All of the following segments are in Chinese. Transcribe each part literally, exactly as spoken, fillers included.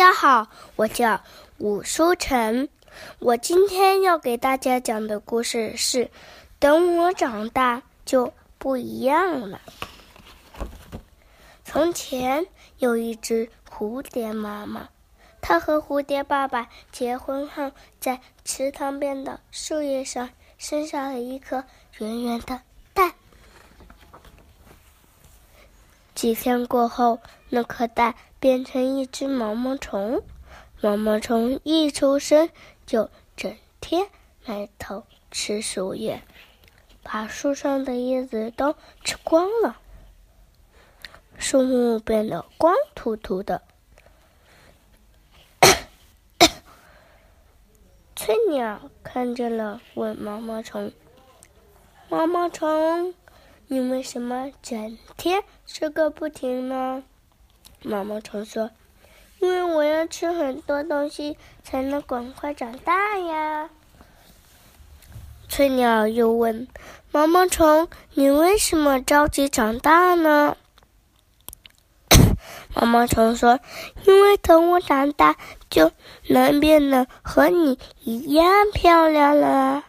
家好，我叫武书成。我今天要给大家讲的故事是等我长大就不一样了。从前有一只蝴蝶妈妈，她和蝴蝶爸爸结婚后，在池塘边的树叶上生下了一颗圆圆的蛋。几天过后，那颗蛋变成一只毛毛虫。毛毛虫一出生就整天埋头吃树叶，把树上的叶子都吃光了，树木变得光秃秃的。翠鸟看见了，问毛毛虫：毛毛虫，你为什么整天吃个不停呢？毛毛虫说：因为我要吃很多东西，才能赶快长大呀。翠鸟又问毛毛虫：你为什么着急长大呢？毛毛虫说：因为等我长大，就能变得和你一样漂亮了。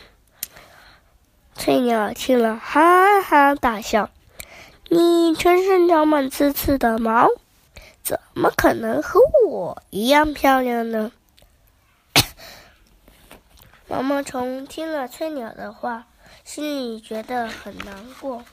翠鸟听了哈哈大笑：你全身长满刺刺的毛，怎么可能和我一样漂亮呢？毛毛虫听了翠鸟的话，心里觉得很难过。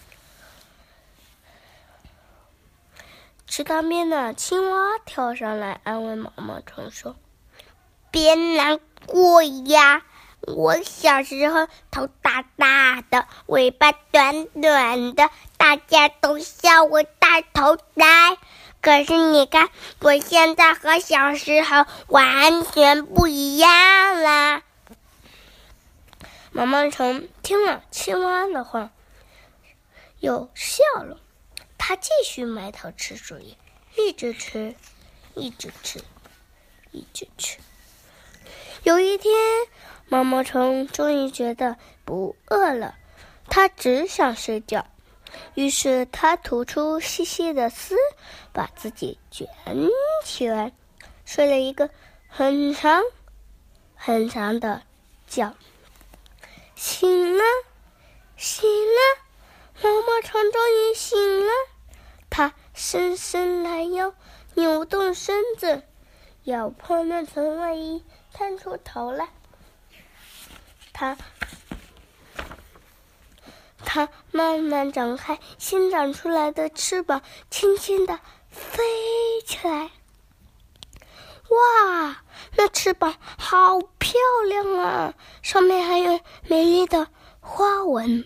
池塘边的青蛙跳上来安慰毛毛虫说：别难过呀，我小时候头大大的，尾巴短短的，大家都笑我大头呆。可是你看，我现在和小时候完全不一样啦。毛毛虫听了青蛙的话，又笑了。他继续埋头吃树叶，一直吃，一直吃，一直吃。有一天，毛毛虫终于觉得不饿了，他只想睡觉。于是他吐出细细的丝，把自己卷起来，睡了一个很长很长的觉。醒了，醒了，毛毛虫终于醒了。他伸伸懒腰，扭动身子，咬破那层外衣，探出头来。他它慢慢展开新长出来的翅膀，轻轻地飞起来。哇，那翅膀好漂亮啊，上面还有美丽的花纹。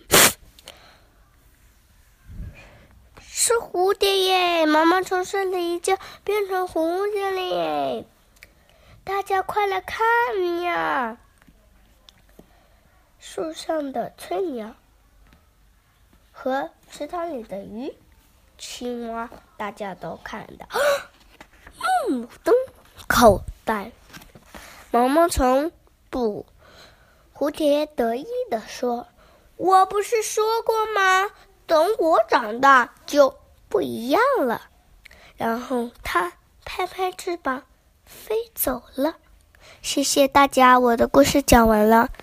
是蝴蝶耶！毛毛虫睡了一觉，变成蝴蝶了耶！大家快来看呀！树上的翠鸟和池塘里的鱼、青蛙，大家都看到目瞪口呆。毛毛虫不，蝴蝶得意地说：我不是说过吗？等我长大就不一样了。然后它拍拍翅膀飞走了。谢谢大家，我的故事讲完了。